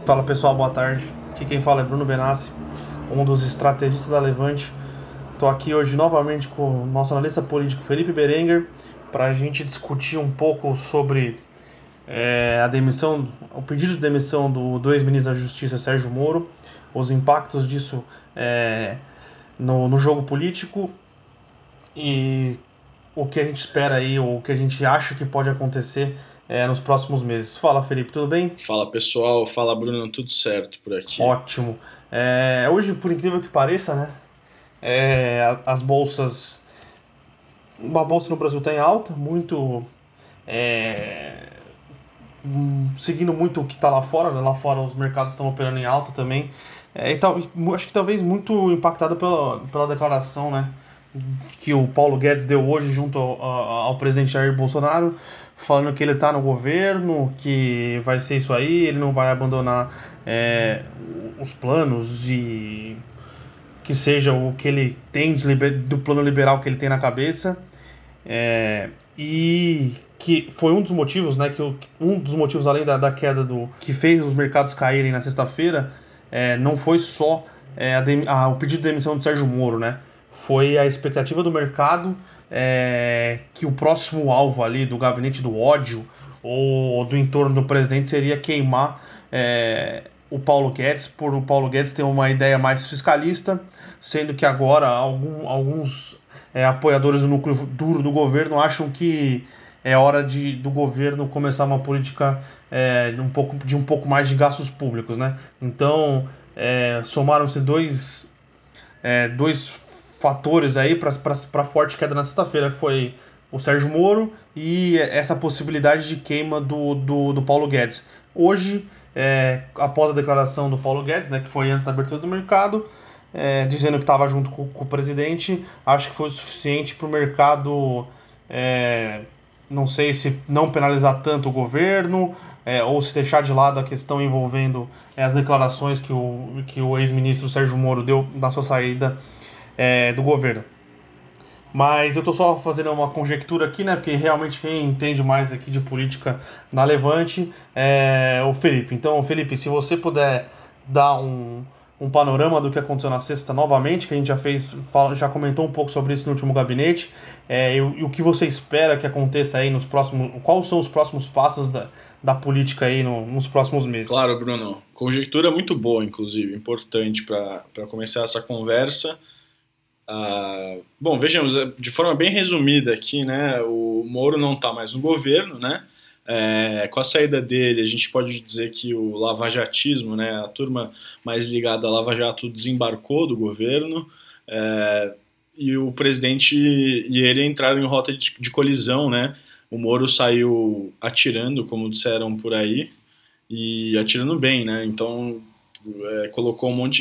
Fala pessoal, boa tarde. Aqui quem fala é Bruno Benassi, um dos estrategistas da Levante. Estou aqui hoje novamente com o nosso analista político Felipe Berenguer para a gente discutir um pouco sobre a demissão, o pedido de demissão do ex-ministro da Justiça Sérgio Moro, os impactos disso no jogo político e o que a gente espera aí, ou o que a gente acha que pode acontecer nos próximos meses. Fala Felipe, tudo bem? Fala pessoal, fala Bruno, tudo certo por aqui. Ótimo. Hoje, por incrível que pareça, né? As bolsas. A bolsa no Brasil está em alta, muito. é, Seguindo muito o que está lá fora, né? Lá fora os mercados estão operando em alta também. Acho que talvez muito impactado pela declaração, né? Que o Paulo Guedes deu hoje junto ao presidente Jair Bolsonaro, falando que ele está no governo, que vai ser isso aí, ele não vai abandonar os planos e que seja o que ele tem do plano liberal que ele tem na cabeça. E que foi um dos motivos, né? Um dos motivos, além da queda que fez os mercados caírem na sexta-feira, não foi só o pedido de demissão do Sérgio Moro, né? Foi a expectativa do mercado que o próximo alvo ali do gabinete do ódio ou do entorno do presidente seria queimar o Paulo Guedes, por o Paulo Guedes ter uma ideia mais fiscalista, sendo que agora alguns apoiadores do núcleo duro do governo acham que é hora do governo começar uma política um pouco mais de gastos públicos, né? Então, somaram-se dois fatores aí para a forte queda na sexta-feira, que foi o Sérgio Moro e essa possibilidade de queima do Paulo Guedes. Hoje, após a declaração do Paulo Guedes, né, que foi antes da abertura do mercado, dizendo que estava junto com o presidente, acho que foi o suficiente para o mercado, não sei se não penalizar tanto o governo, ou se deixar de lado a questão envolvendo as declarações que o ex-ministro Sérgio Moro deu na sua saída do governo. Mas eu estou só fazendo uma conjectura aqui, né? Porque realmente quem entende mais aqui de política na Levante é o Felipe. Então, Felipe, se você puder dar um panorama do que aconteceu na sexta novamente, que a gente já comentou um pouco sobre isso no último gabinete, e o que você espera que aconteça aí nos próximos. Quais são os próximos passos da política aí nos próximos meses? Claro, Bruno, conjectura muito boa, inclusive, importante para começar essa conversa. Bom, vejamos, de forma bem resumida aqui, né, o Moro não está mais no governo, né, com a saída dele, a gente pode dizer que o lavajatismo, né, a turma mais ligada à Lava Jato desembarcou do governo, e o presidente e ele entraram em rota de colisão, né, o Moro saiu atirando, como disseram por aí, e atirando bem, né, então colocou um monte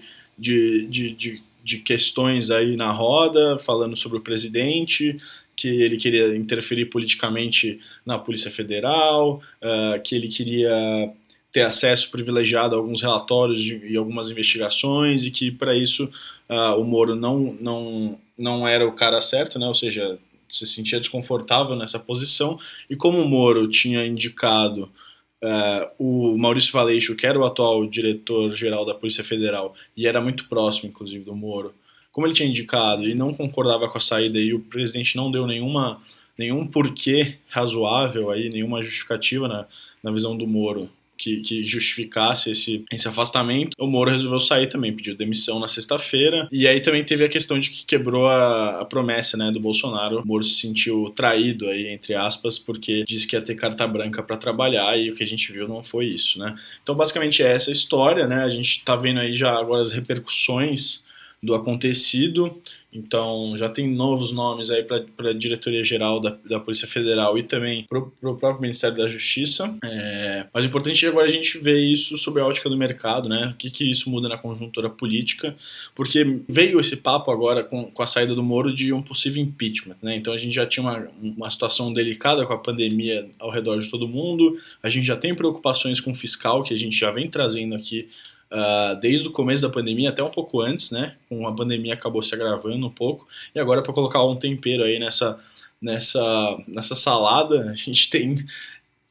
de questões aí na roda, falando sobre o presidente, que ele queria interferir politicamente na Polícia Federal, que ele queria ter acesso privilegiado a alguns relatórios e algumas investigações, e que para isso o Moro não era o cara certo, né? Ou seja, se sentia desconfortável nessa posição, e como o Moro tinha indicado o Maurício Valeixo, que era o atual diretor-geral da Polícia Federal, e era muito próximo, inclusive, do Moro, como ele tinha indicado e não concordava com a saída, e o presidente não deu nenhum porquê razoável, aí, nenhuma justificativa na visão do Moro que justificasse esse afastamento, o Moro resolveu sair também, pediu demissão na sexta-feira, e aí também teve a questão de que quebrou a promessa, né, do Bolsonaro. O Moro se sentiu traído, aí, entre aspas, porque disse que ia ter carta branca para trabalhar, e o que a gente viu não foi isso, né. Então, basicamente, é essa história, né, a gente tá vendo aí já agora as repercussões do acontecido, então já tem novos nomes aí para a diretoria-geral da Polícia Federal e também para o próprio Ministério da Justiça, mas o importante é agora a gente ver isso sob a ótica do mercado, né, o que isso muda na conjuntura política, porque veio esse papo agora com a saída do Moro de um possível impeachment, né, então a gente já tinha uma situação delicada com a pandemia ao redor de todo mundo, a gente já tem preocupações com o fiscal, que a gente já vem trazendo aqui desde o começo da pandemia, até um pouco antes, né? Com a pandemia acabou se agravando um pouco, e agora para colocar um tempero aí nessa salada, a gente tem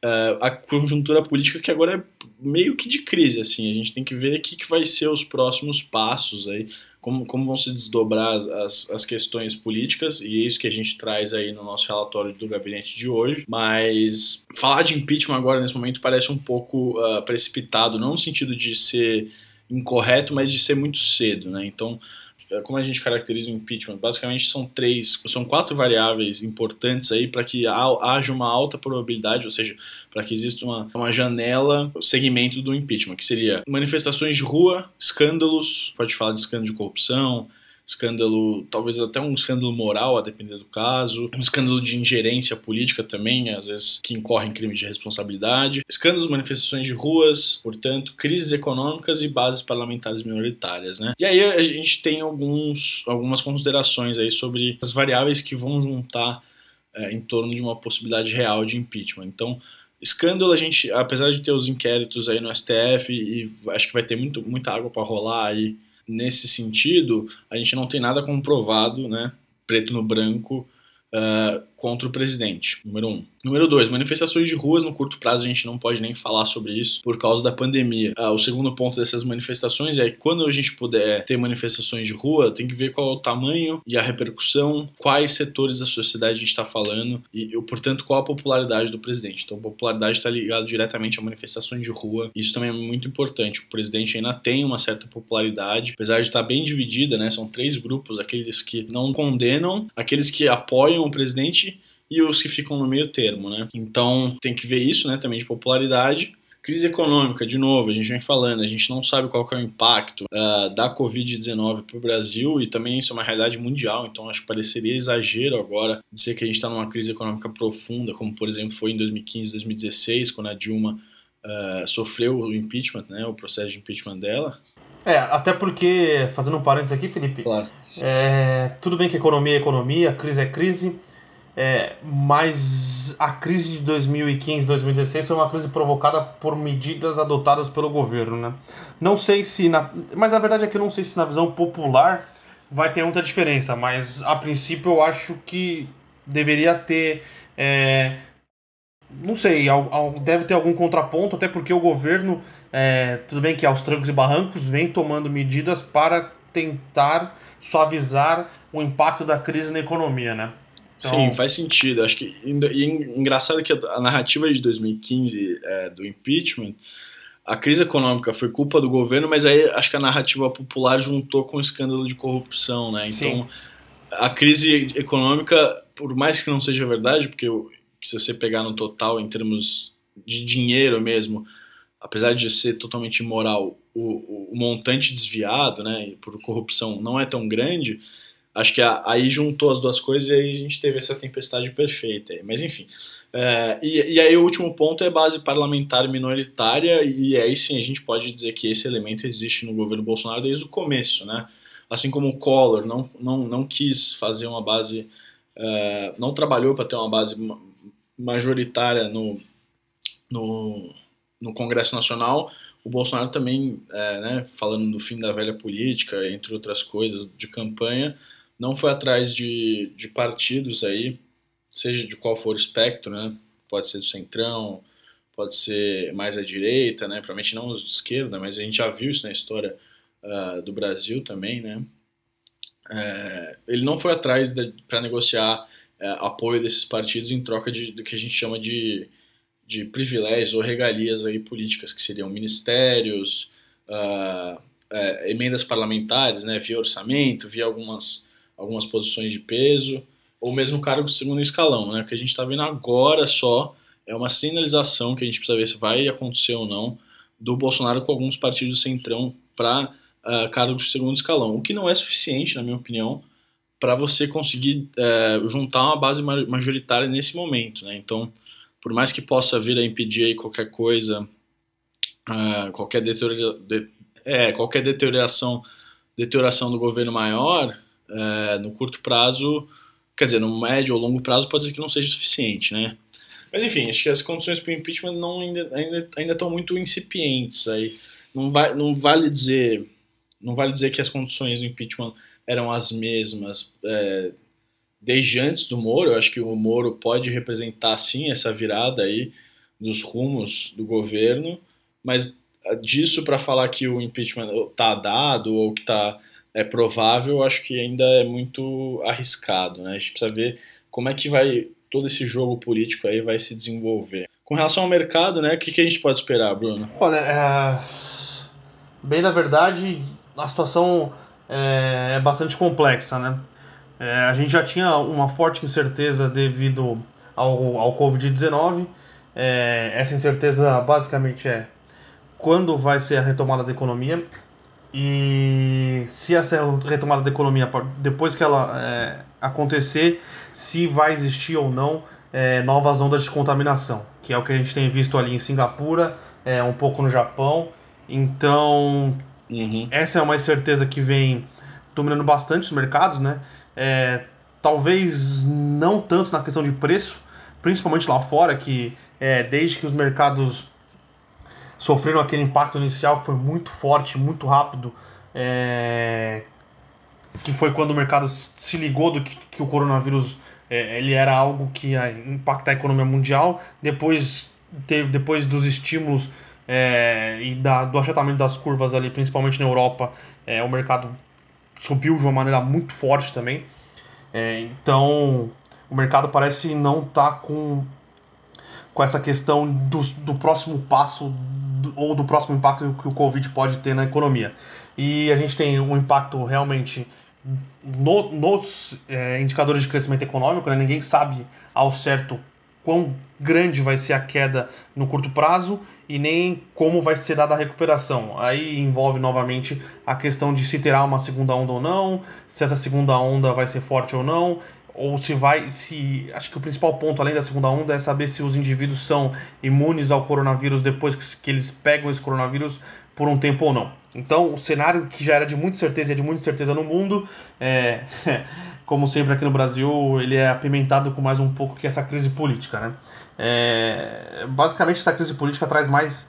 a conjuntura política que agora é meio que de crise, assim, a gente tem que ver o que vai ser os próximos passos aí, como vão se desdobrar as questões políticas, e é isso que a gente traz aí no nosso relatório do gabinete de hoje. Mas falar de impeachment agora, nesse momento, parece um pouco precipitado, não no sentido de ser incorreto, mas de ser muito cedo, né? Então, como a gente caracteriza o impeachment? Basicamente são 4 variáveis importantes aí para que haja uma alta probabilidade, ou seja, para que exista uma janela, segmento do impeachment, que seria manifestações de rua, escândalos, pode falar de escândalo de corrupção, escândalo, talvez até um escândalo moral, a depender do caso, um escândalo de ingerência política também, às vezes que incorre em crime de responsabilidade, escândalos, manifestações de ruas, portanto, crises econômicas e bases parlamentares minoritárias, né? E aí a gente tem algumas considerações aí sobre as variáveis que vão juntar em torno de uma possibilidade real de impeachment. Então, escândalo, a gente, apesar de ter os inquéritos aí no STF, e acho que vai ter muita água para rolar aí nesse sentido, a gente não tem nada comprovado, né, preto no branco, contra o presidente, número 1. Número 2, manifestações de ruas no curto prazo, a gente não pode nem falar sobre isso por causa da pandemia. O segundo ponto dessas manifestações é que quando a gente puder ter manifestações de rua, tem que ver qual é o tamanho e a repercussão, quais setores da sociedade a gente está falando e, portanto, qual a popularidade do presidente. Então, a popularidade está ligada diretamente a manifestações de rua. Isso também é muito importante. O presidente ainda tem uma certa popularidade, apesar de estar bem dividida, né? São 3 grupos, aqueles que não condenam, aqueles que apoiam o presidente e os que ficam no meio termo, né? Então tem que ver isso, né, também de popularidade. Crise econômica, de novo, a gente vem falando, a gente não sabe qual que é o impacto da Covid-19 para o Brasil, e também isso é uma realidade mundial, então acho que pareceria exagero agora dizer que a gente está numa crise econômica profunda, como por exemplo foi em 2015, 2016, quando a Dilma sofreu o impeachment, né, o processo de impeachment dela. Até porque, fazendo um parênteses aqui, Felipe, claro. Tudo bem que economia é economia, crise é crise, mas a crise de 2015, 2016 foi uma crise provocada por medidas adotadas pelo governo, né? Não sei se, mas a verdade é que eu não sei se na visão popular vai ter muita diferença, mas a princípio eu acho que deveria ter, não sei, deve ter algum contraponto, até porque o governo, tudo bem que aos trancos e barrancos, vem tomando medidas para tentar suavizar o impacto da crise na economia, né? Então... Sim, faz sentido. Acho que engraçado que a narrativa de 2015 do impeachment, a crise econômica foi culpa do governo, mas aí acho que a narrativa popular juntou com o escândalo de corrupção, né? Então, a crise econômica, por mais que não seja verdade, porque se você pegar no total em termos de dinheiro mesmo, apesar de ser totalmente imoral, o montante desviado, né, por corrupção não é tão grande. Acho que aí juntou as duas coisas e aí a gente teve essa tempestade perfeita. Mas enfim. E aí o último ponto é base parlamentar minoritária, e aí sim a gente pode dizer que esse elemento existe no governo Bolsonaro desde o começo, né? Assim como o Collor não quis fazer uma base, não trabalhou para ter uma base majoritária no Congresso Nacional, o Bolsonaro também, né, falando do fim da velha política, entre outras coisas, de campanha, não foi atrás de partidos aí, seja de qual for o espectro, né? Pode ser do centrão, pode ser mais à direita, né? Provavelmente não os de esquerda, mas a gente já viu isso na história do Brasil também, né? Ele não foi atrás para negociar apoio desses partidos em troca do que a gente chama de privilégios ou regalias aí políticas, que seriam ministérios, emendas parlamentares, né, via orçamento, via algumas posições de peso, ou mesmo cargos de segundo escalão, né? O que a gente está vendo agora só é uma sinalização que a gente precisa ver se vai acontecer ou não do Bolsonaro com alguns partidos do centrão para cargos de segundo escalão, o que não é suficiente, na minha opinião, para você conseguir juntar uma base majoritária nesse momento, né? Então, por mais que possa vir a impedir aí qualquer coisa, qualquer deterioração do governo maior, no curto prazo, quer dizer, no médio ou longo prazo pode ser que não seja suficiente, né? Mas enfim, acho que as condições para o impeachment ainda estão muito incipientes aí. Não vale dizer que as condições do impeachment eram as mesmas desde antes do Moro. Eu acho que o Moro pode representar sim essa virada aí dos rumos do governo, mas disso para falar que o impeachment está dado ou que é provável, eu acho que ainda é muito arriscado, né? A gente precisa ver como é que vai todo esse jogo político aí vai se desenvolver. Com relação ao mercado, né, o que a gente pode esperar, Bruno? Olha, bem na verdade, a situação é bastante complexa, né? A gente já tinha uma forte incerteza devido ao Covid-19. Essa incerteza basicamente é quando vai ser a retomada da economia e se essa retomada da economia, depois que ela acontecer, se vai existir ou não novas ondas de contaminação, que é o que a gente tem visto ali em Singapura, um pouco no Japão. Então, essa é uma incerteza que vem dominando bastante os mercados, né? Talvez não tanto na questão de preço, principalmente lá fora, que desde que os mercados sofreram aquele impacto inicial que foi muito forte, muito rápido, que foi quando o mercado se ligou do que o coronavírus ele era algo que ia impactar a economia mundial. Depois dos estímulos e do achatamento das curvas ali, principalmente na Europa, o mercado subiu de uma maneira muito forte também. Então, o mercado parece não estar com essa questão do próximo passo ou do próximo impacto que o Covid pode ter na economia. E a gente tem um impacto realmente nos indicadores de crescimento econômico, né? Ninguém sabe ao certo quão grande vai ser a queda no curto prazo e nem como vai ser dada a recuperação. Aí envolve novamente a questão de se terá uma segunda onda ou não, se essa segunda onda vai ser forte ou não, ou acho que o principal ponto além da segunda onda é saber se os indivíduos são imunes ao coronavírus depois que eles pegam esse coronavírus por um tempo ou não. Então, o cenário que já era de muita certeza e é de muita certeza no mundo, como sempre aqui no Brasil, ele é apimentado com mais um pouco que essa crise política, né? Basicamente, essa crise política traz mais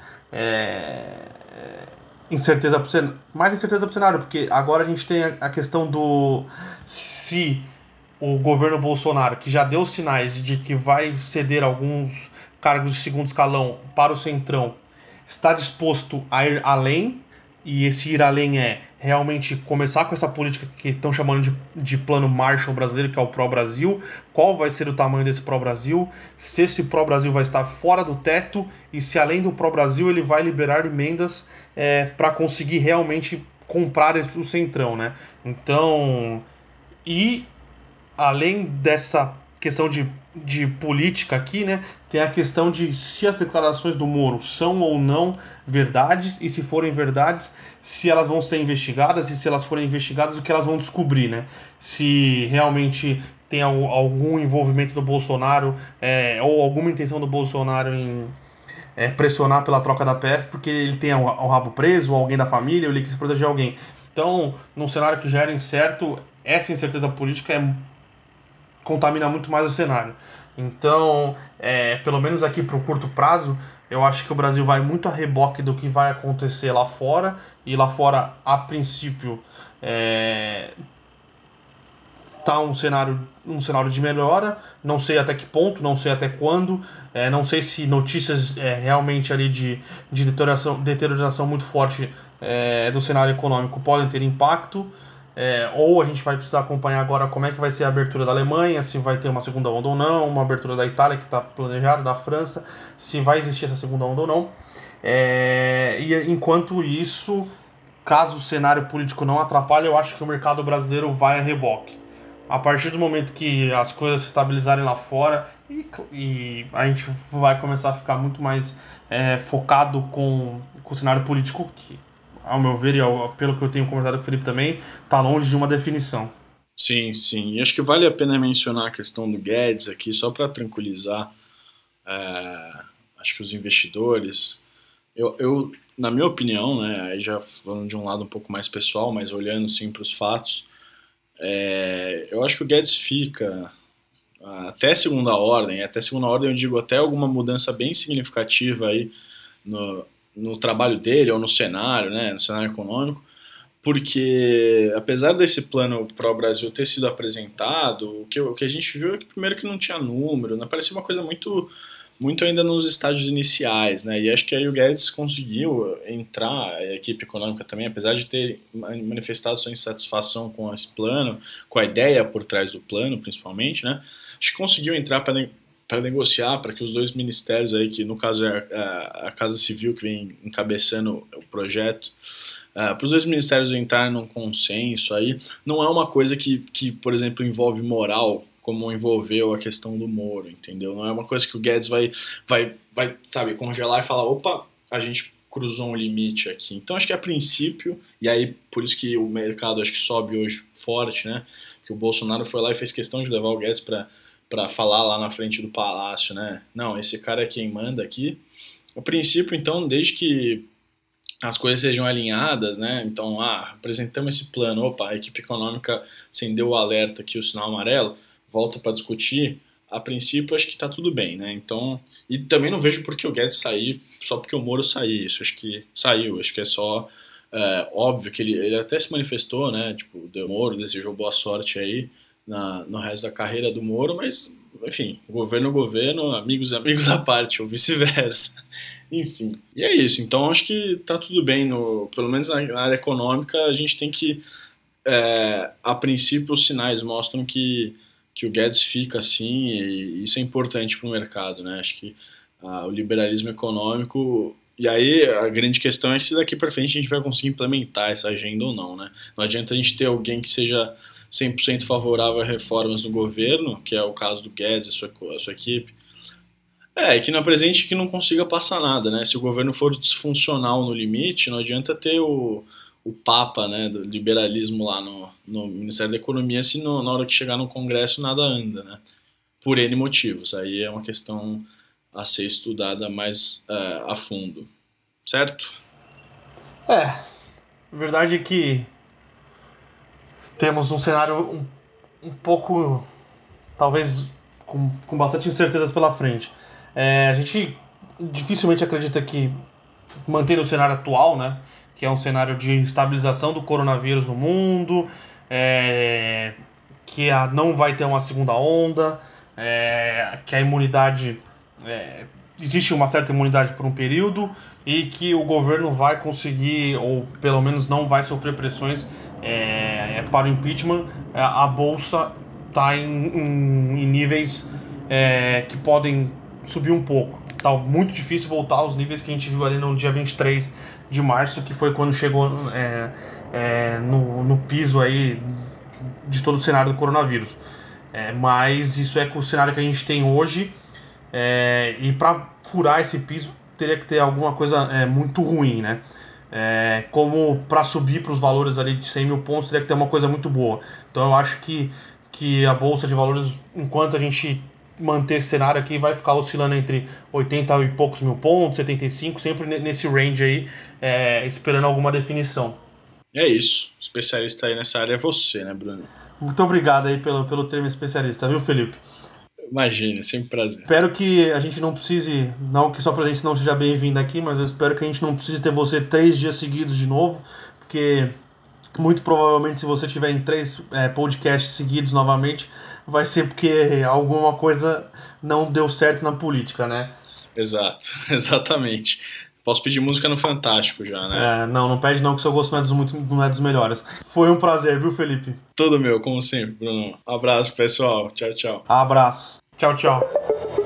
incerteza para o cenário, porque agora a gente tem a questão do se o governo Bolsonaro, que já deu sinais de que vai ceder alguns cargos de segundo escalão para o Centrão, está disposto a ir além, e esse ir além é realmente começar com essa política que estão chamando de plano Marshall brasileiro, que é o Pró-Brasil. Qual vai ser o tamanho desse Pró-Brasil? Se esse Pró-Brasil vai estar fora do teto e se além do Pró-Brasil ele vai liberar emendas para conseguir realmente comprar o Centrão, né? Então, e além dessa questão de política aqui, né, tem a questão de se as declarações do Moro são ou não verdades, e se forem verdades, se elas vão ser investigadas, e se elas forem investigadas, o que elas vão descobrir, né? Se realmente tem algum envolvimento do Bolsonaro, ou alguma intenção do Bolsonaro em pressionar pela troca da PF, porque ele tem o rabo preso, ou alguém da família, ou ele quis proteger alguém. Então, num cenário que já era incerto, essa incerteza política contamina muito mais o cenário. Então, pelo menos aqui para o curto prazo, eu acho que o Brasil vai muito a reboque do que vai acontecer lá fora, e lá fora, a princípio, tá um cenário de melhora, não sei até que ponto, não sei até quando, não sei se notícias realmente ali de deterioração muito forte do cenário econômico podem ter impacto, ou a gente vai precisar acompanhar agora como é que vai ser a abertura da Alemanha, se vai ter uma segunda onda ou não, uma abertura da Itália que está planejada, da França, se vai existir essa segunda onda ou não. E enquanto isso, caso o cenário político não atrapalhe, eu acho que o mercado brasileiro vai a reboque. A partir do momento que as coisas se estabilizarem lá fora e a gente vai começar a ficar muito mais focado com o cenário político, que, ao meu ver, e pelo que eu tenho conversado com o Felipe também, está longe de uma definição. Sim, sim. E acho que vale a pena mencionar a questão do Guedes aqui, só para tranquilizar, acho que os investidores. Na minha opinião, né, aí já falando de um lado um pouco mais pessoal, mas olhando sim para os fatos, eu acho que o Guedes fica até segunda ordem eu digo até alguma mudança bem significativa aí no trabalho dele ou no cenário, né, no cenário econômico, porque apesar desse plano pró-Brasil ter sido apresentado, o que a gente viu é que primeiro que não tinha número, né, parecia uma coisa muito muito ainda nos estágios iniciais, né? E acho que aí o Guedes conseguiu entrar, a equipe econômica também, apesar de ter manifestado sua insatisfação com esse plano, com a ideia por trás do plano, principalmente, né? Acho que conseguiu entrar para negociar, para que os dois ministérios aí, que no caso é a Casa Civil que vem encabeçando o projeto, para os dois ministérios entrarem num consenso aí, não é uma coisa que, por exemplo, envolve moral, como envolveu a questão do Moro, entendeu? Não é uma coisa que o Guedes vai sabe, congelar e falar, opa, a gente cruzou um limite aqui. Então acho que a princípio, e aí por isso que o mercado acho que sobe hoje forte, né? Que o Bolsonaro foi lá e fez questão de levar o Guedes para falar lá na frente do palácio, né? Não, esse cara é quem manda aqui. A princípio, então, desde que as coisas sejam alinhadas, né? Então, apresentamos esse plano, opa, a equipe econômica acendeu o alerta aqui, o sinal amarelo, volta para discutir, a princípio acho que está tudo bem, né? Então, e também não vejo por que o Guedes sair só porque o Moro saiu, isso acho que saiu, acho que é só óbvio que ele até se manifestou, né? Tipo, o Moro desejou boa sorte aí no resto da carreira do Moro, mas, enfim, governo, amigos à parte, ou vice-versa. Enfim, e é isso. Então acho que tá tudo bem, pelo menos na área econômica a gente tem que, a princípio os sinais mostram que o Guedes fica assim, e isso é importante para o mercado, né? Acho que o liberalismo econômico, e aí a grande questão é se daqui para frente a gente vai conseguir implementar essa agenda ou não, né? Não adianta a gente ter alguém que seja 100% favorável a reformas no governo, que é o caso do Guedes e a sua equipe, e que não apresente que não consiga passar nada, né? Se o governo for disfuncional no limite, não adianta ter o papa, né, do liberalismo lá no Ministério da Economia se na hora que chegar no Congresso nada anda, né? Por N motivos. Aí é uma questão a ser estudada mais a fundo. Certo? Verdade é que temos um cenário um pouco, talvez, com bastante incertezas pela frente. A gente dificilmente acredita que manter o cenário atual, né, que é um cenário de estabilização do coronavírus no mundo, que não vai ter uma segunda onda, que a imunidade, existe uma certa imunidade por um período e que o governo vai conseguir, ou pelo menos não vai sofrer pressões para o impeachment. A Bolsa está em níveis que podem subir um pouco. Tá muito difícil voltar aos níveis que a gente viu ali no dia 23 de março, que foi quando chegou no piso aí de todo o cenário do coronavírus. Mas isso é com o cenário que a gente tem hoje, e para furar esse piso teria que ter alguma coisa muito ruim, né? Como para subir para os valores ali de 100 mil pontos teria que ter uma coisa muito boa. Então eu acho que a Bolsa de Valores, enquanto a gente manter esse cenário aqui, vai ficar oscilando entre 80 e poucos mil pontos, 75, sempre nesse range aí, esperando alguma definição. É isso. O especialista aí nessa área é você, né, Bruno? Muito obrigado aí pelo termo especialista, viu, Felipe? Imagina, sempre prazer. Espero que a gente não precise, não que sua presença não seja bem-vinda aqui, mas eu espero que a gente não precise ter você 3 dias seguidos de novo, porque muito provavelmente se você tiver em 3 podcasts seguidos novamente, vai ser porque alguma coisa não deu certo na política, né? Exato, exatamente. Posso pedir música no Fantástico já, né? Não pede não, que seu gosto não é dos melhores. Foi um prazer, viu, Felipe? Tudo meu, como sempre, Bruno. Abraço, pessoal. Tchau, tchau. Abraço. Tchau, tchau.